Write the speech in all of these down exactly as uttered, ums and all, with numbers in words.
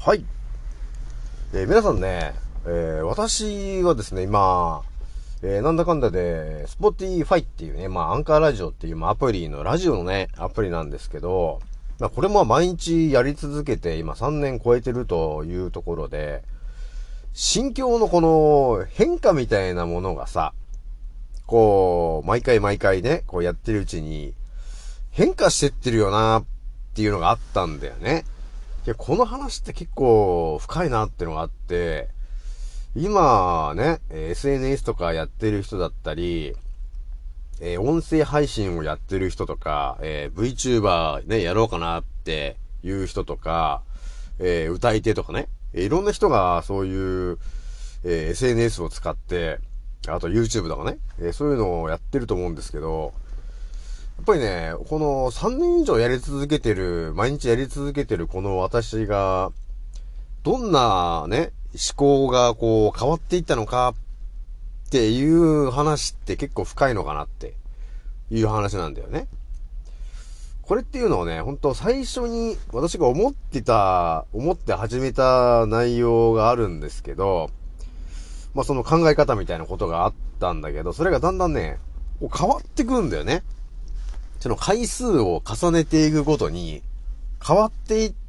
はい。えー、皆さんね、えー、私はですね、今、えー、なんだかんだで、Spotify っていうね、まあ、アンカーラジオっていう、まあ、アプリの、ラジオのね、アプリなんですけど、まあ、これも毎日やり続けて、今さんねん超えてるというところで、心境のこの変化みたいなものがさ、こう、毎回毎回ね、こうやってるうちに、変化してってるよなっていうのがあったんだよね。いや、この話って結構深いなってのがあって、今ね、エスエヌエス とかやってる人だったり、えー、音声配信をやってる人とか、えー、VTuber ね、やろうかなっていう人とか、えー、歌い手とかね、いろんな人がそういう、えー、エスエヌエス を使って、あと YouTube とかね、えー、そういうのをやってると思うんですけど、やっぱりね、このさんねん以上やり続けてる、毎日やり続けてるこの私が、どんなね、思考がこう変わっていったのかっていう話って結構深いのかなっていう話なんだよね。これっていうのをね、本当最初に私が思ってた、思って始めた内容があるんですけど、まあその考え方みたいなことがあったんだけど、それがだんだんね、変わってくんだよね。その回数を重ねていくごとに変わっていって、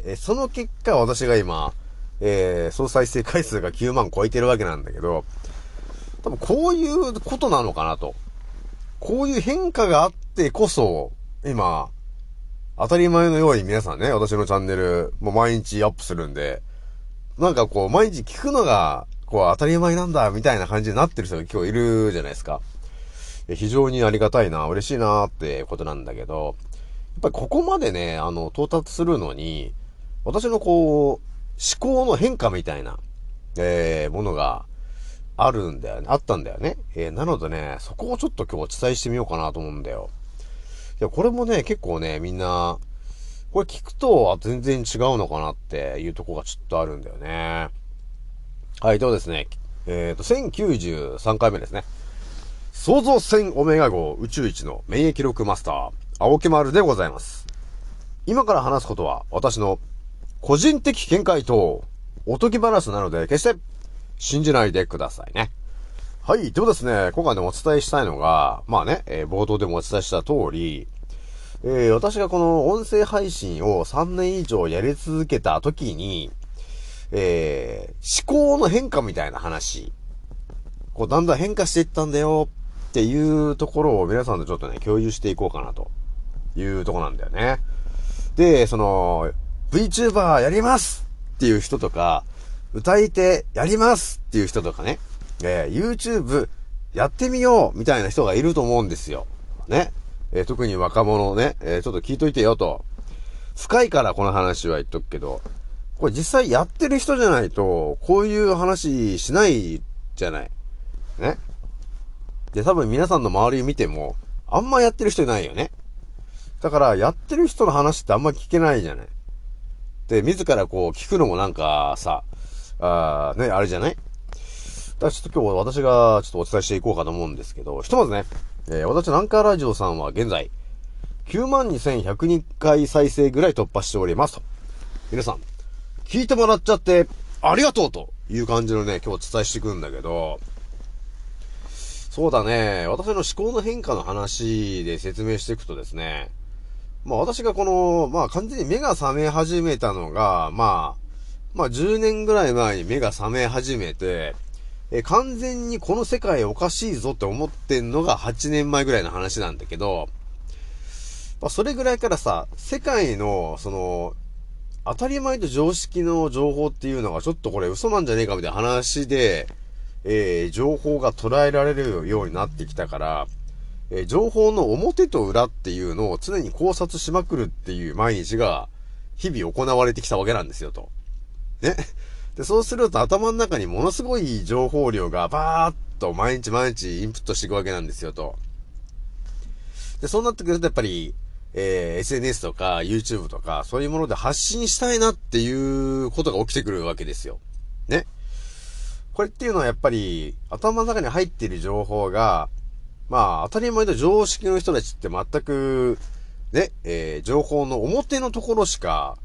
その結果私が今、えー、総再生回数がきゅうまん超えてるわけなんだけど、多分こういうことなのかなと。こういう変化があってこそ、今、当たり前のように皆さんね、私のチャンネル、もう毎日アップするんで、なんかこう、毎日聞くのが、こう、当たり前なんだ、みたいな感じになってる人が今日いるじゃないですか。非常にありがたいな、嬉しいなってことなんだけど、やっぱりここまでね、あの、到達するのに、私のこう、思考の変化みたいな、えー、ものがあるんだよね、あったんだよね。えー、なのでね、そこをちょっと今日お伝えしてみようかなと思うんだよ。いや、これもね、結構ね、みんな、これ聞くと、あ、全然違うのかなっていうとこがちょっとあるんだよね。はい、ではですね、えっと、せんきゅうじゅうさんかいめですね。創造船オメガ号宇宙一の免疫力マスター、青木丸でございます。今から話すことは、私の個人的見解と、おとぎ話なので、決して信じないでくださいね。はい。ではですね、今回ね、お伝えしたいのが、まあね、えー、冒頭でもお伝えした通り、えー、私がこの音声配信をさんねん以上やり続けた時に、えー、思考の変化みたいな話、こう、だんだん変化していったんだよっていうところを皆さんとちょっとね、共有していこうかなというところなんだよね。で、その、VTuber やりますっていう人とか、歌い手やりますっていう人とかね、えー、YouTube やってみようみたいな人がいると思うんですよ。ね。えー、特に若者ね、えー、ちょっと聞いといてよと。深いからこの話は言っとくけど、これ実際やってる人じゃないと、こういう話しないじゃない。ね。で、多分皆さんの周り見ても、あんまやってる人いないよね。だから、やってる人の話ってあんま聞けないじゃない。で、自らこう聞くのもなんかさ、あーね、あれじゃない？だからちょっと今日私がちょっとお伝えしていこうかと思うんですけど、ひとまずね、えー、私のアンカーラジオさんは現在、きゅうまんにせんひゃくにかい再生ぐらい突破しておりますと。皆さん、聞いてもらっちゃって、ありがとうという感じのね、今日お伝えしていくんだけど、そうだね、私の思考の変化の話で説明していくとですね、まあ私がこの、まあ完全に目が覚め始めたのが、まあ、まあじゅうねんぐらい前に目が覚め始めて、え、完全にこの世界おかしいぞって思ってんのがはちねんまえぐらいの話なんだけど、まあそれぐらいからさ、世界の、その、当たり前と常識の情報っていうのがちょっとこれ嘘なんじゃねえかみたいな話で、えー、情報が捉えられるようになってきたから、えー、情報の表と裏っていうのを常に考察しまくるっていう毎日が日々行われてきたわけなんですよと。ね。で、そうすると頭の中にものすごい情報量がバーっと毎日毎日インプットしていくわけなんですよと。で、そうなってくるとやっぱり、えー、エスエヌエス とか YouTube とかそういうもので発信したいなっていうことが起きてくるわけですよ。ね。これっていうのはやっぱり頭の中に入っている情報がまあ、当たり前と常識の人たちって全く、ね、えー、情報の表のところしか、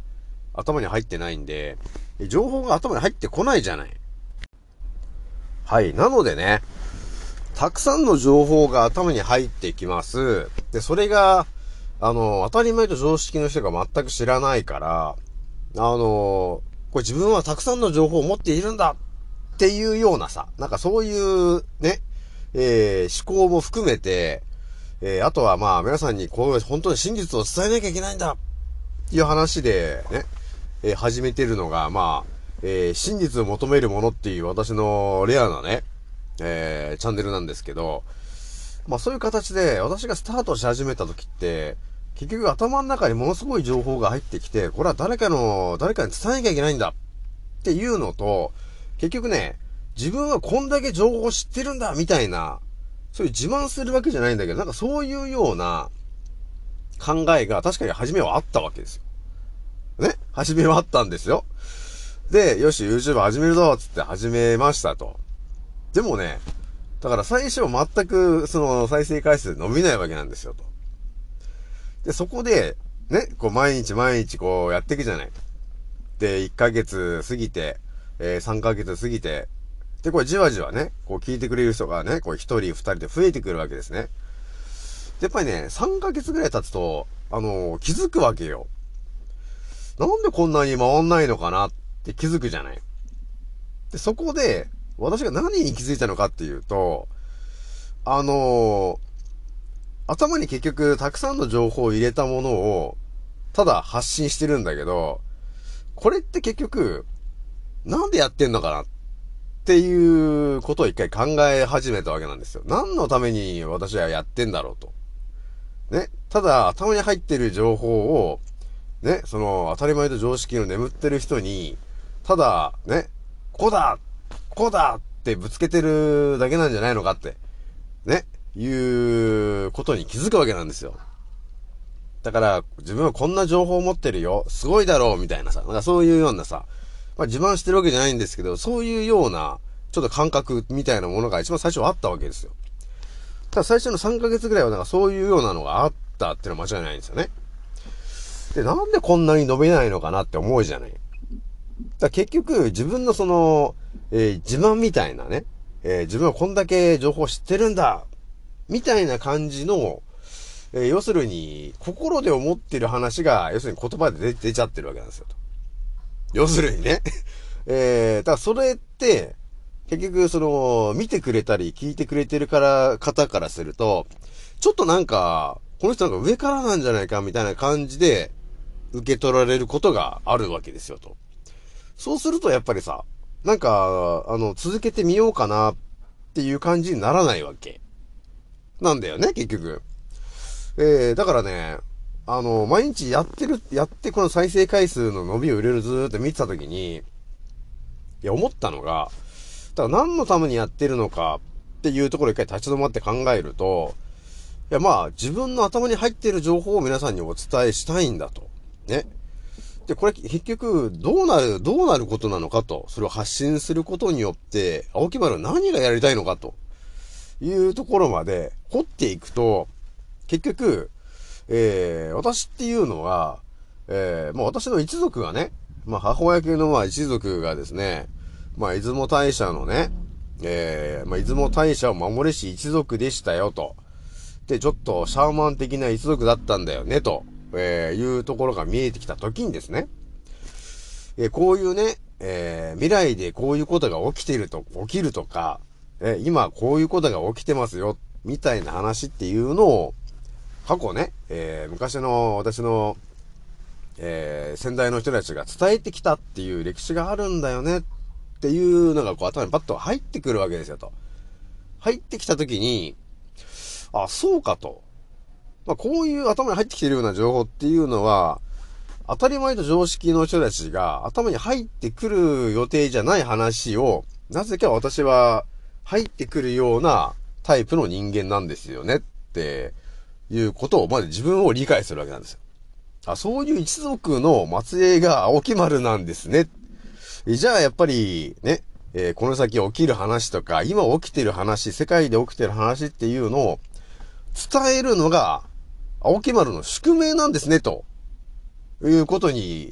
頭に入ってないんで、情報が頭に入ってこないじゃない。はい。なのでね、たくさんの情報が頭に入ってきます。で、それが、あの、当たり前と常識の人が全く知らないから、あの、これ自分はたくさんの情報を持っているんだっていうようなさ、なんかそういうね、えー、思考も含めて、えー、あとはまあ皆さんにこう本当に真実を伝えなきゃいけないんだっていう話でね、えー、始めてるのが、まあ、えー、真実を求めるものっていう私のレアなね、えー、チャンネルなんですけど、まあそういう形で私がスタートし始めた時って、結局頭の中にものすごい情報が入ってきて、これは誰かの、誰かに伝えなきゃいけないんだっていうのと、結局ね、自分はこんだけ情報を知ってるんだみたいな、そういう自慢するわけじゃないんだけど、なんかそういうような考えが確かに初めはあったわけですよ。ね？初めはあったんですよ。で、よし、YouTube 始めるぞつって始めましたと。でもね、だから最初は全くその再生回数伸びないわけなんですよと。で、そこで、ね、こう毎日毎日こうやっていくじゃない。で、いっかげつ過ぎて、えー、さんかげつ過ぎて、で、これじわじわね、こう聞いてくれる人がね、こうひとり、ふたりで増えてくるわけですね。で、やっぱりね、さんかげつぐらい経つと、あのー、気づくわけよ。なんでこんなに回んないのかなって気づくじゃない。で、そこで、私が何に気づいたのかっていうと、あのー、頭に結局たくさんの情報を入れたものを、ただ発信してるんだけど、これって結局、なんでやってんのかなっていうことを一回考え始めたわけなんですよ。何のために私はやってんだろうと。ね。ただ、頭に入ってる情報を、ね、その、当たり前と常識の眠ってる人に、ただ、ね、こうだこうだってぶつけてるだけなんじゃないのかって、ね、いうことに気づくわけなんですよ。だから、自分はこんな情報を持ってるよ、すごいだろう、みたいなさ、なんかそういうようなさ、まあ自慢してるわけじゃないんですけど、そういうような、ちょっと感覚みたいなものが一番最初はあったわけですよ。ただ最初のさんかげつぐらいはなんかそういうようなのがあったっていうのは間違いないんですよね。で、なんでこんなに伸びないのかなって思うじゃない。だから結局、自分のその、えー、自慢みたいなね、えー、自分はこんだけ情報を知ってるんだ、みたいな感じの、えー、要するに、心で思ってる話が、要するに言葉で 出, 出ちゃってるわけなんですよと。要するにね。えー、だからそれって、結局、その、見てくれたり、聞いてくれてるから、方からすると、ちょっとなんか、この人なんか上からなんじゃないか、みたいな感じで、受け取られることがあるわけですよと。そうするとやっぱりさ、なんか、あの、続けてみようかなっていう感じにならないわけ。なんだよね、結局。えー、だからね、あの、毎日やってる、やってこの再生回数の伸びを入れるずーっと見てたときに、いや、思ったのが、だから何のためにやってるのかっていうところを一回立ち止まって考えると、いや、まあ、自分の頭に入っている情報を皆さんにお伝えしたいんだと。ね。で、これ結局、どうなる、どうなることなのかと、それを発信することによって、青木丸は何がやりたいのかというところまで掘っていくと、結局、えー、私っていうのは、えー、もう私の一族がね、まあ母親系のまあ一族がですね、まあ出雲大社のね、えー、まあ出雲大社を守れし一族でしたよと。で、ちょっとシャーマン的な一族だったんだよねと、えー、いうところが見えてきたときにですね、えー、こういうね、えー、未来でこういうことが起きてると、起きるとか、えー、今こういうことが起きてますよ、みたいな話っていうのを、過去ね、えー、昔の私の、えー、先代の人たちが伝えてきたっていう歴史があるんだよねっていうのがこう頭にパッと入ってくるわけですよと。入ってきたときに、あ、そうかと。まあ、こういう頭に入ってきてるような情報っていうのは、当たり前と常識の人たちが頭に入ってくる予定じゃない話を、なぜか私は入ってくるようなタイプの人間なんですよねっていうことを、まず自分を理解するわけなんですよ。あ、そういう一族の末裔が青木丸なんですね。じゃあやっぱりね、えー、この先起きる話とか、今起きてる話、世界で起きてる話っていうのを伝えるのが青木丸の宿命なんですね、ということに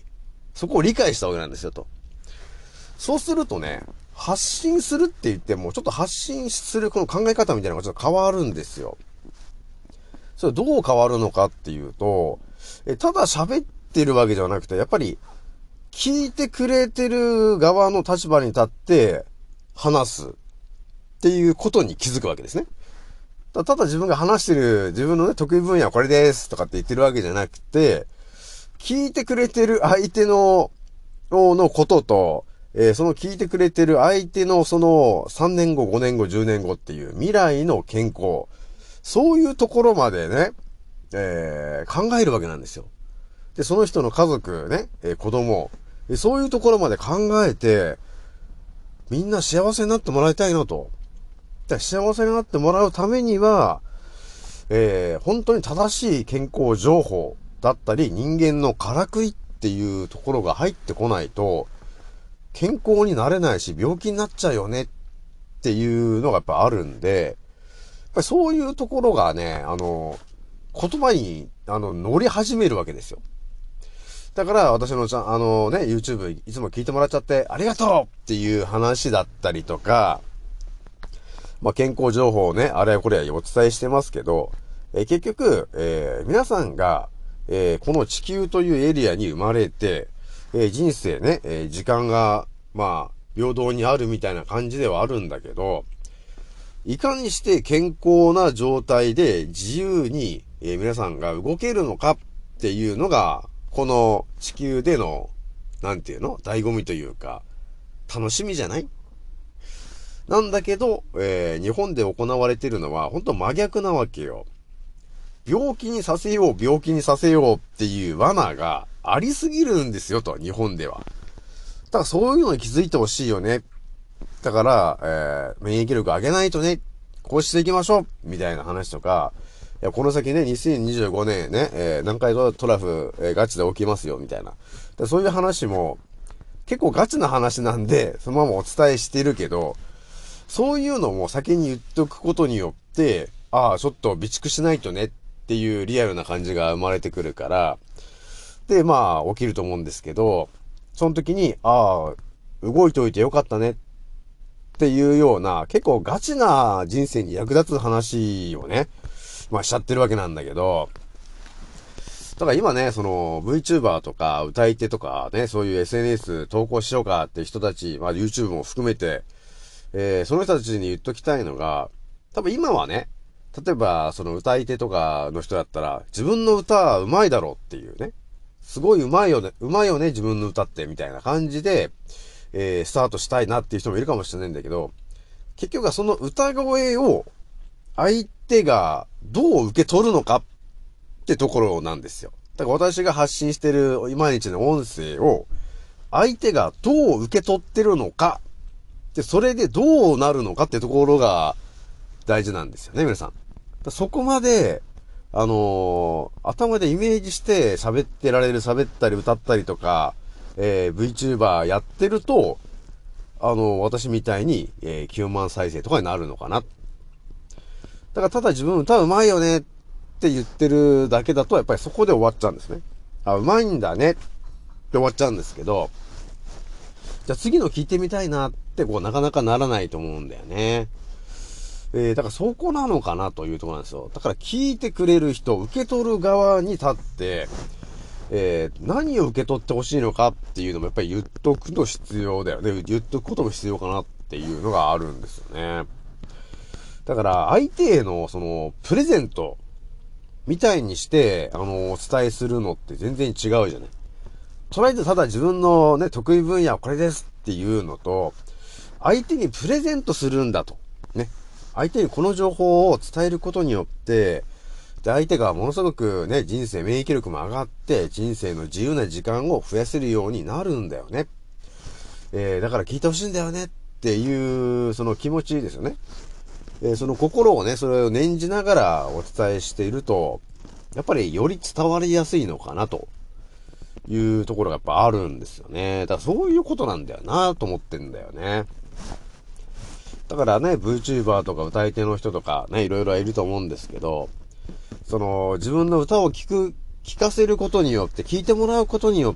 そこを理解したわけなんですよと。そうするとね、発信するって言っても、ちょっと発信するこの考え方みたいなのがちょっと変わるんですよ。それどう変わるのかっていうと、えただ喋ってるわけじゃなくて、やっぱり聞いてくれてる側の立場に立って話すっていうことに気づくわけですね。ただ自分が話してる自分のね、得意分野はこれですとかって言ってるわけじゃなくて、聞いてくれてる相手の、のことと、えー、その聞いてくれてる相手のそのさんねんご、ごねんご、じゅうねんごっていう未来の健康、そういうところまでね、えー、考えるわけなんですよ。で、その人の家族ね、えー、子供、えー、そういうところまで考えて、みんな幸せになってもらいたいなと。幸せになってもらうためには、えー、本当に正しい健康情報だったり、人間のからくりっていうところが入ってこないと、健康になれないし、病気になっちゃうよねっていうのがやっぱあるんで、やっぱりそういうところがね、あの、言葉に、あの、乗り始めるわけですよ。だから私のちゃん、あのね、YouTube いつも聞いてもらっちゃってありがとうっていう話だったりとか、まあ、健康情報をね、あれやこれやお伝えしてますけど、えー、結局、えー、皆さんが、えー、この地球というエリアに生まれて、えー、人生ね、えー、時間が、まあ、平等にあるみたいな感じではあるんだけど、いかにして健康な状態で自由に、えー、皆さんが動けるのかっていうのが、この地球での、なんていうの？醍醐味というか、楽しみじゃない？なんだけど、えー、日本で行われているのは、本当真逆なわけよ。病気にさせよう、病気にさせようっていう罠がありすぎるんですよと、日本では。だからそういうのに気づいてほしいよね。だから、えー、免疫力上げないとね、こうしていきましょうみたいな話とか、いやこの先ね、にせんにじゅうごねんね、えー、何回かトラフ、えー、ガチで起きますよ、みたいな。そういう話も、結構ガチな話なんで、そのままお伝えしてるけど、そういうのも先に言っとくことによって、ああ、ちょっと備蓄しないとねっていうリアルな感じが生まれてくるから、で、まあ、起きると思うんですけど、その時に、ああ、動いておいてよかったねっていうような、結構ガチな人生に役立つ話をね、まあしちゃってるわけなんだけど、だから今ね、その VTuber とか歌い手とかね、そういう エスエヌエス 投稿しようかって人たち、まあ YouTube も含めて、えー、その人たちに言っときたいのが、多分今はね、例えばその歌い手とかの人だったら、自分の歌は上手いだろうっていうね、すごい上手いよね、上手いよね、自分の歌ってみたいな感じで、えー、スタートしたいなっていう人もいるかもしれないんだけど、結局はその歌声を相手がどう受け取るのかってところなんですよ。だから私が発信してる毎日の音声を相手がどう受け取ってるのかで、それでどうなるのかってところが大事なんですよね、皆さん。だそこまで、あのー、頭でイメージして喋ってられる、喋ったり歌ったりとか、えー、VTuber やってると、あのー、私みたいに、えー、きゅうまん再生とかになるのかな。だからただ自分歌うまいよねって言ってるだけだと、やっぱりそこで終わっちゃうんですね。あ、うまいんだねって終わっちゃうんですけど、じゃあ次の聞いてみたいなってこうなかなかならないと思うんだよね。えー、だからそこなのかなというところなんですよ。だから聞いてくれる人、受け取る側に立って、えー、何を受け取ってほしいのかっていうのもやっぱり言っとくの必要だよね。言っとくことも必要かなっていうのがあるんですよね。だから相手へのそのプレゼントみたいにしてあのお伝えするのって全然違うじゃない。とりあえずただ自分のね得意分野はこれですっていうのと、相手にプレゼントするんだとね。相手にこの情報を伝えることによって、で相手がものすごくね、人生免疫力も上がって、人生の自由な時間を増やせるようになるんだよね。えー、だから聞いてほしいんだよねっていう、その気持ちですよね。えー、その心をね、それを念じながらお伝えしていると、やっぱりより伝わりやすいのかなというところがやっぱあるんですよね。だからそういうことなんだよなと思ってんだよね。だからね、VTuber とか歌い手の人とかね、いろいろいると思うんですけど、その、自分の歌を聴く、 聞かせることによって、聞いてもらうことによって、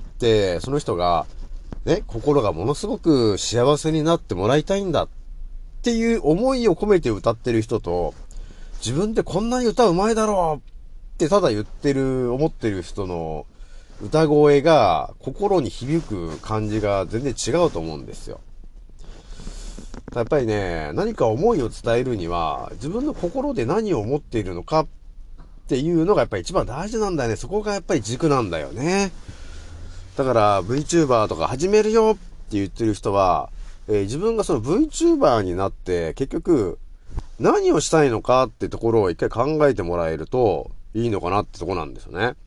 その人が、ね、心がものすごく幸せになってもらいたいんだっていう思いを込めて歌ってる人と、自分でこんなに歌うまいだろうってただ言ってる、思ってる人の歌声が心に響く感じが全然違うと思うんですよ。やっぱりね、何か思いを伝えるには、自分の心で何を思っているのかっていうのがやっぱり一番大事なんだよね。そこがやっぱり軸なんだよね。だから VTuber とか始めるよって言ってる人は、えー、自分がその VTuber になって結局何をしたいのかってところを一回考えてもらえるといいのかなってとこなんですよね。だから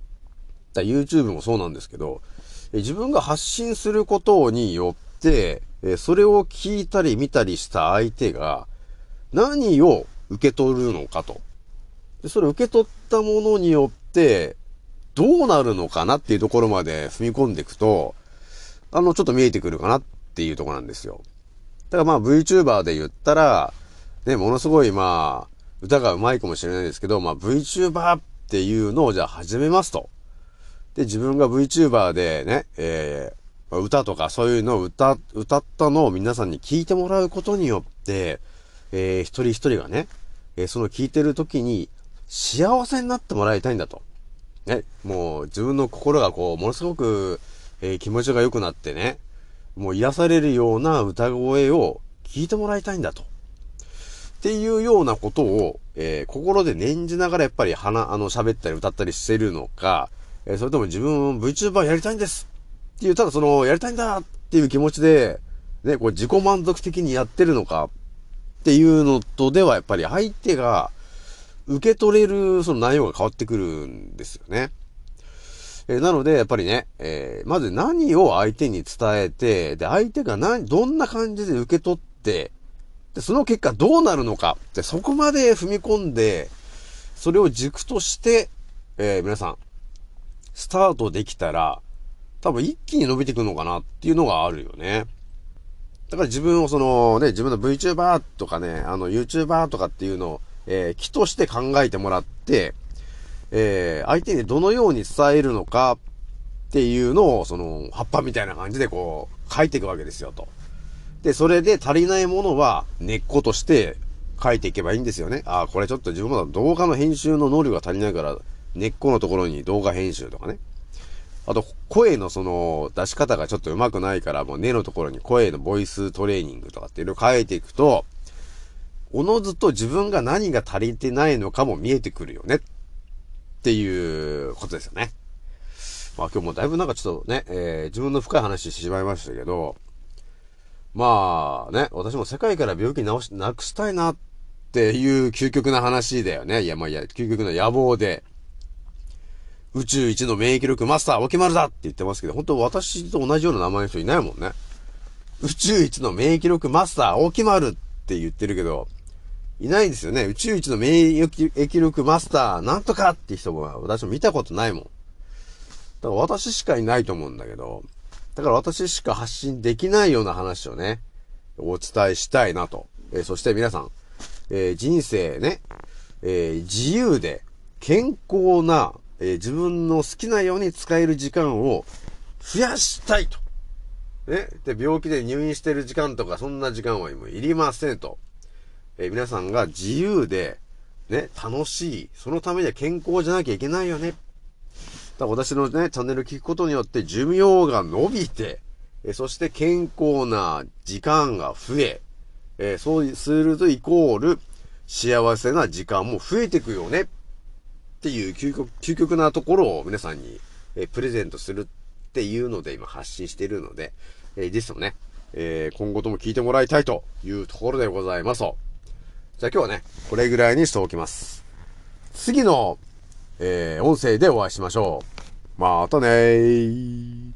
YouTube もそうなんですけど、えー、自分が発信することによって、えー、それを聞いたり見たりした相手が何を受け取るのかと。で、それを受け取ったものによってどうなるのかなっていうところまで踏み込んでいくと、あの、ちょっと見えてくるかなっていうところなんですよ。だからまあ VTuber で言ったら、ね、ものすごいまあ、歌が上手いかもしれないですけど、まあ VTuber っていうのをじゃあ始めますと。で、自分が VTuber でね、えー、歌とかそういうのを歌、歌ったのを皆さんに聞いてもらうことによって、えー、一人一人がね、えー、その聞いてる時に幸せになってもらいたいんだと。ね、もう自分の心がこう、ものすごく、えー、気持ちが良くなってね、もう癒されるような歌声を聞いてもらいたいんだと。っていうようなことを、えー、心で念じながらやっぱり話、あの、喋ったり歌ったりしてるのか、えー、それとも自分 VTuber やりたいんですっていう、ただその、やりたいんだっていう気持ちで、ね、こう自己満足的にやってるのかっていうのとではやっぱり相手が、受け取れるその内容が変わってくるんですよね。えー、なのでやっぱりね、えー、まず何を相手に伝えて、で相手が何どんな感じで受け取って、でその結果どうなるのかってそこまで踏み込んで、それを軸として、えー、皆さんスタートできたら多分一気に伸びていくのかなっていうのがあるよね。だから自分をそのね自分の VTuber とかねあの YouTuber とかっていうのをえー、気として考えてもらって、えー、相手にどのように伝えるのかっていうのを、その、葉っぱみたいな感じでこう、書いていくわけですよと。で、それで足りないものは根っことして書いていけばいいんですよね。ああ、これちょっと自分の動画の編集の能力が足りないから、根っこのところに動画編集とかね。あと、声のその、出し方がちょっと上手くないから、もう根のところに声のボイストレーニングとかっていうのを書いていくと、おのずと自分が何が足りてないのかも見えてくるよねっていうことですよね。まあ今日もだいぶなんかちょっとね、えー、自分の深い話してしまいましたけど、まあね、私も世界から病気治し、なくしたいなっていう究極な話だよね。いやまあいや、究極の野望で、宇宙一の免疫力マスター、沖丸だって言ってますけど、本当私と同じような名前の人いないもんね。宇宙一の免疫力マスター、沖丸って言ってるけど、いないですよね。宇宙一の免疫力マスター、なんとかって人も私も見たことないもん。だから私しかいないと思うんだけど、だから私しか発信できないような話をね、お伝えしたいなと。えー、そして皆さん、えー、人生ね、えー、自由で健康な、えー、自分の好きなように使える時間を増やしたいと。ね。で、病気で入院してる時間とかそんな時間はもういりませんと。えー、皆さんが自由で、ね、楽しい。そのためには健康じゃなきゃいけないよね。だから私のね、チャンネル聞くことによって寿命が伸びて、えー、そして健康な時間が増え、えー、そうするとイコール幸せな時間も増えていくよね。っていう究極、究極なところを皆さんに、えー、プレゼントするっていうので今発信しているので、えー、ぜひともね、えー、今後とも聞いてもらいたいというところでございますと。じゃあ今日はね、これぐらいにしておきます。次の、えー、音声でお会いしましょう。またねー。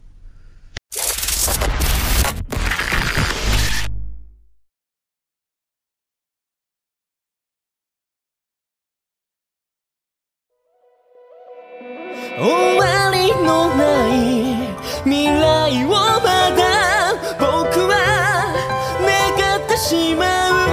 終わりのない未来をまだ僕は願ってしまう。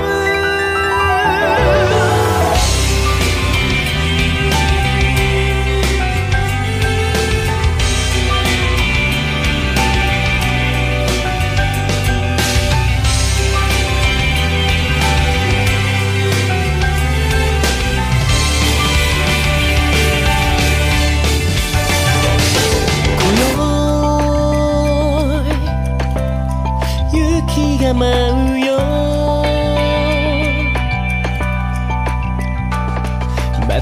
舞うよ窓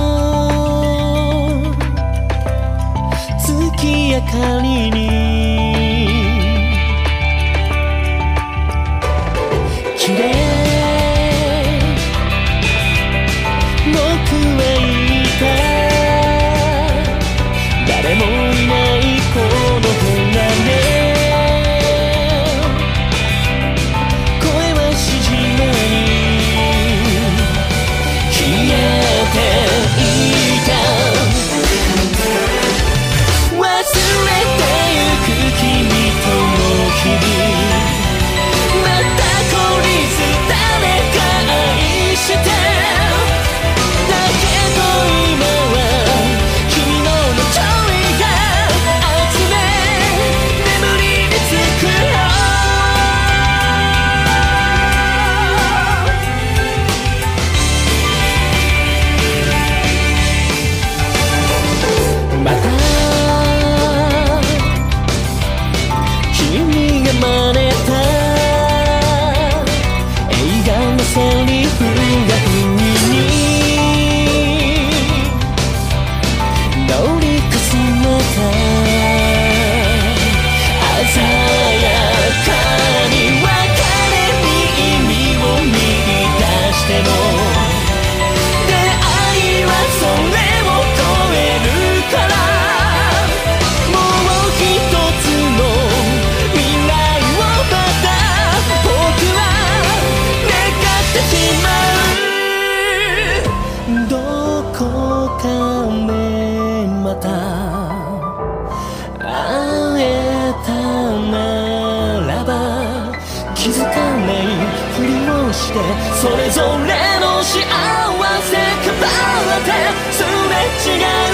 月明かりに綺麗僕は言った誰もいないこの部屋で声はしじまに消えていた忘れてゆく君との日々また懲りず誰か愛してだけど今は昨日のちょいが集め眠りにつくよまた君が真似た映画のセリフが不意に乗り重ねた鮮やかに別れに意味を見出しても出会いはそれを超えるからもう一つの未来をまた僕は願ってしまうどこかでまた会えたならば気づかないふりをしてそれぞれの幸せ配ってすれ違う